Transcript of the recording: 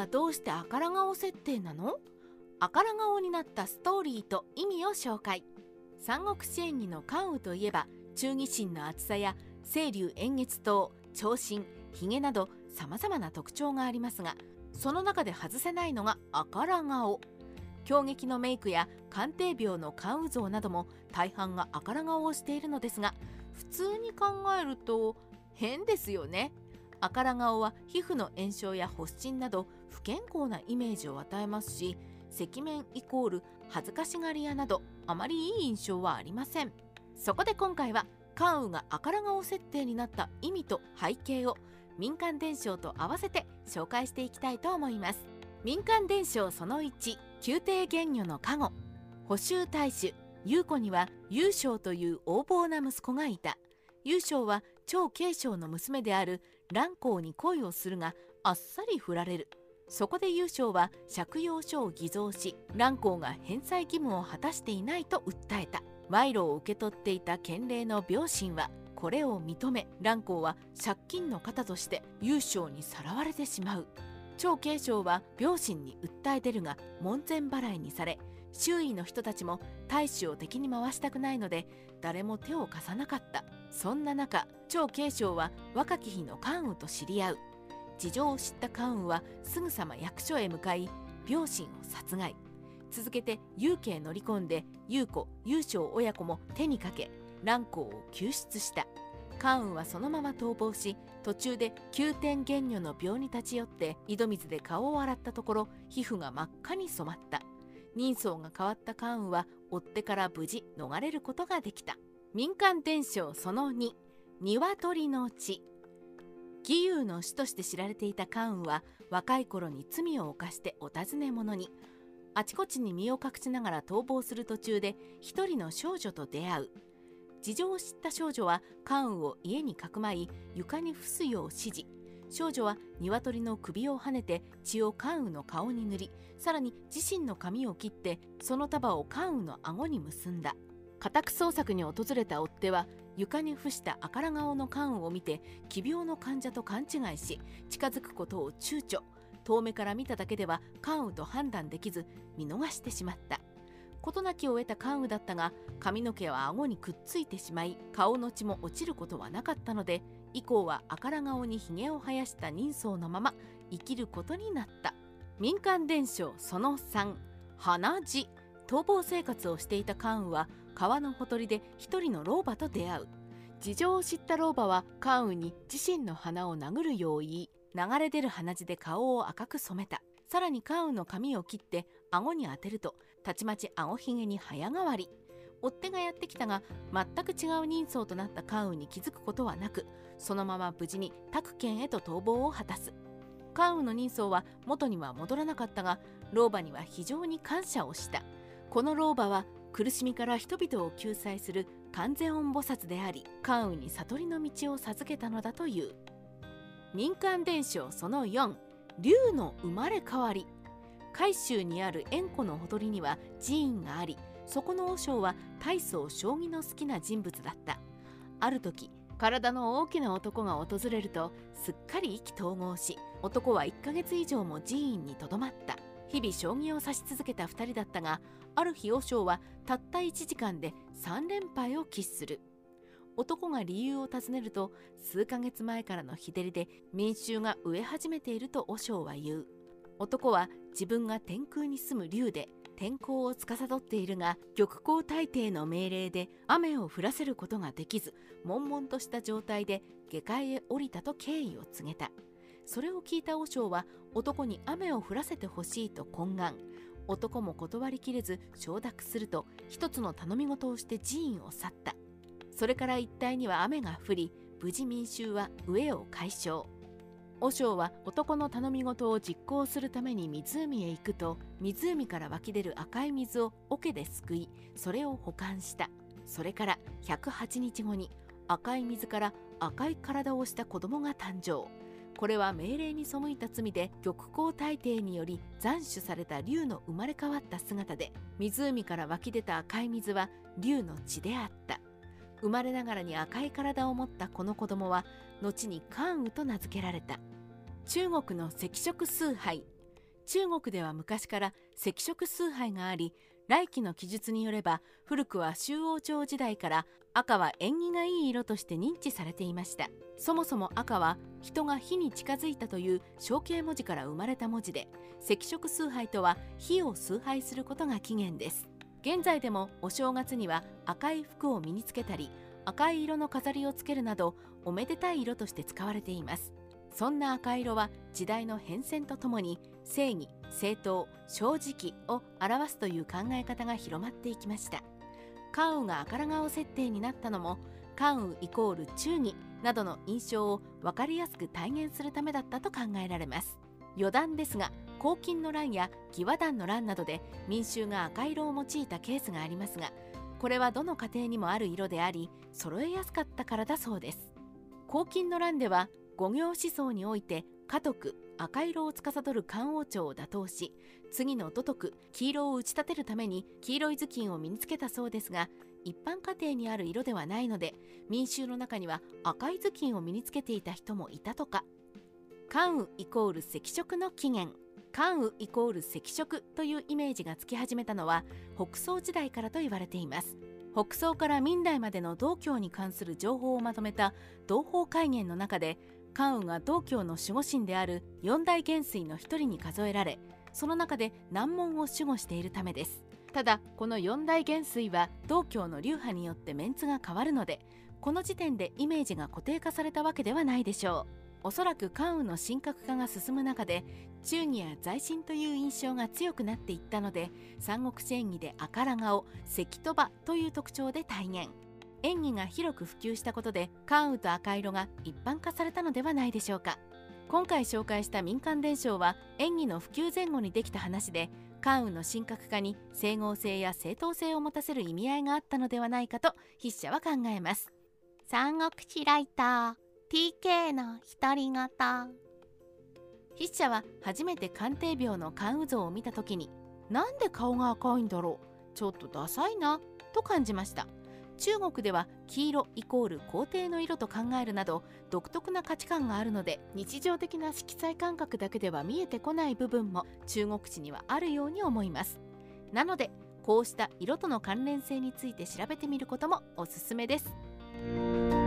どうして赤ら顔設定なの？赤ら顔になったストーリーと意味を紹介。三国志演義の関羽といえば、忠義心の厚さや青龍偃月刀、長身、ひげなどさまざまな特徴がありますが、その中で外せないのが赤ら顔。強撃のメイクや鑑定病の関羽像なども大半が赤ら顔をしているのですが、普通に考えると変ですよね。赤ら顔は皮膚の炎症や発疹など不健康なイメージを与えますし、赤面イコール恥ずかしがり屋などあまりいい印象はありません。そこで今回は関羽が赤ら顔設定になった意味と背景を民間伝承と合わせて紹介していきたいと思います。民間伝承その1、宮廷玄女の加護。補修大主優子には優勝という横暴な息子がいた。優勝は長慶章の娘である蘭光に恋をするが、あっさり振られる。そこで優勝は借用書を偽造し、蘭光が返済義務を果たしていないと訴えた。賄賂を受け取っていた賢齢の病神はこれを認め、蘭光は借金の形として優勝にさらわれてしまう。長慶章は病神に訴え出るが門前払いにされ、周囲の人たちも大使を敵に回したくないので誰も手を貸さなかった。そんな中、長慶章は若き日の関羽と知り合う。事情を知った関羽はすぐさま役所へ向かい、病神を殺害。続けて幽家へ乗り込んで優子、優勝親子も手にかけ、蘭光を救出した。関羽はそのまま逃亡し、途中で宮廷玄女の廟に立ち寄って井戸水で顔を洗ったところ、皮膚が真っ赤に染まった。人相が変わった関羽は追っ手から無事逃れることができた。民間伝承その2、鶏の血。義勇の死として知られていた関羽は若い頃に罪を犯してお尋ね者に。あちこちに身を隠しながら逃亡する途中で一人の少女と出会う。事情を知った少女は関羽を家にかくまい、床に伏すよう指示。少女は鶏の首をはねて血を関羽の顔に塗り、さらに自身の髪を切ってその束を関羽の顎に結んだ。家宅捜索に訪れた追っ手は床に伏した赤ら顔の関羽を見て奇病の患者と勘違いし、近づくことを躊躇。遠目から見ただけでは関羽と判断できず見逃してしまった。事なきを得た関羽だったが、髪の毛は顎にくっついてしまい顔の血も落ちることはなかったので、以降は赤ら顔にひげを生やした人相のまま生きることになった。民間伝承その3、鼻血。逃亡生活をしていた関羽は川のほとりで一人の老婆と出会う。事情を知った老婆は関羽に自身の鼻を殴るよう言い、流れ出る鼻血で顔を赤く染めた。さらに関羽の髪を切って顎に当てると、たちまち顎ひげに早変わり。追っ手がやってきたが全く違う人相となった関羽に気づくことはなく、そのまま無事に宅県へと逃亡を果たす。関羽の人相は元には戻らなかったが、老婆には非常に感謝をした。この老婆は苦しみから人々を救済する観世音菩薩であり、関羽に悟りの道を授けたのだという。民間伝承その4、龍の生まれ変わり。海州にある塩湖のほとりには寺院があり、そこの和尚は大層将棋の好きな人物だった。ある時、体の大きな男が訪れるとすっかり意気投合し、男は1ヶ月以上も寺院にとどまった。日々将棋を指し続けた2人だったが、ある日和尚はたった1時間で3連敗を喫する。男が理由を尋ねると、数ヶ月前からの日照りで民衆が飢え始めていると和尚は言う。男は自分が天空に住む竜で天候を司っているが、玉皇大帝の命令で雨を降らせることができず、悶々とした状態で下界へ降りたと経緯を告げた。それを聞いた和尚は男に雨を降らせてほしいと懇願。男も断りきれず承諾すると、一つの頼み事をして寺院を去った。それから一帯には雨が降り、無事民衆は飢えを解消。和尚は男の頼み事を実行するために湖へ行くと、湖から湧き出る赤い水を桶ですくい、それを保管した。それから108日後に赤い水から赤い体をした子供が誕生。これは命令に背いた罪で玉皇大帝により斬首された竜の生まれ変わった姿で、湖から湧き出た赤い水は竜の血であった。生まれながらに赤い体を持ったこの子供は後に関羽と名付けられた。中国の赤色崇拝。 中国では昔から赤色崇拝があり、来期の記述によれば古くは周王朝時代から赤は縁起がいい色として認知されていました。そもそも赤は人が火に近づいたという象形文字から生まれた文字で、赤色崇拝とは火を崇拝することが起源です。現在でもお正月には赤い服を身につけたり、赤い色の飾りをつけるなどおめでたい色として使われています。そんな赤色は時代の変遷とともに正義、正当、正直を表すという考え方が広まっていきました。関羽が赤ら顔設定になったのも、関羽イコール忠義などの印象を分かりやすく体現するためだったと考えられます。余談ですが、黄巾の乱や義和団の乱などで民衆が赤色を用いたケースがありますが、これはどの家庭にもある色であり、揃えやすかったからだそうです。黄巾の乱では五行思想において家督、赤色を司る漢王朝を打倒し、次の都督、黄色を打ち立てるために黄色い頭巾を身につけたそうですが、一般家庭にある色ではないので、民衆の中には赤い頭巾を身につけていた人もいたとか。関羽イコール赤色の起源。関羽イコール赤色というイメージがつき始めたのは北宋時代からと言われています。北宋から明代までの道教に関する情報をまとめた同法戒元の中で、関羽が道教の守護神である四大元帥の一人に数えられ、その中で難問を守護しているためです。ただこの四大元帥は道教の流派によってメンツが変わるので、この時点でイメージが固定化されたわけではないでしょう。おそらく関羽の神格化が進む中で、忠義や在心という印象が強くなっていったので、三国志演義で赤ら顔、赤鳥羽という特徴で体現。演技が広く普及したことで、関羽と赤色が一般化されたのではないでしょうか。今回紹介した民間伝承は演技の普及前後にできた話で、関羽の神格化に整合性や正当性を持たせる意味合いがあったのではないかと筆者は考えます。 三国志ライター TK の独り言。 筆者は初めて関帝廟の関羽像を見た時に、なんで顔が赤いんだろう、ちょっとダサいなと感じました。中国では黄色イコール皇帝の色と考えるなど独特な価値観があるので、日常的な色彩感覚だけでは見えてこない部分も中国史にはあるように思います。なのでこうした色との関連性について調べてみることもおすすめです。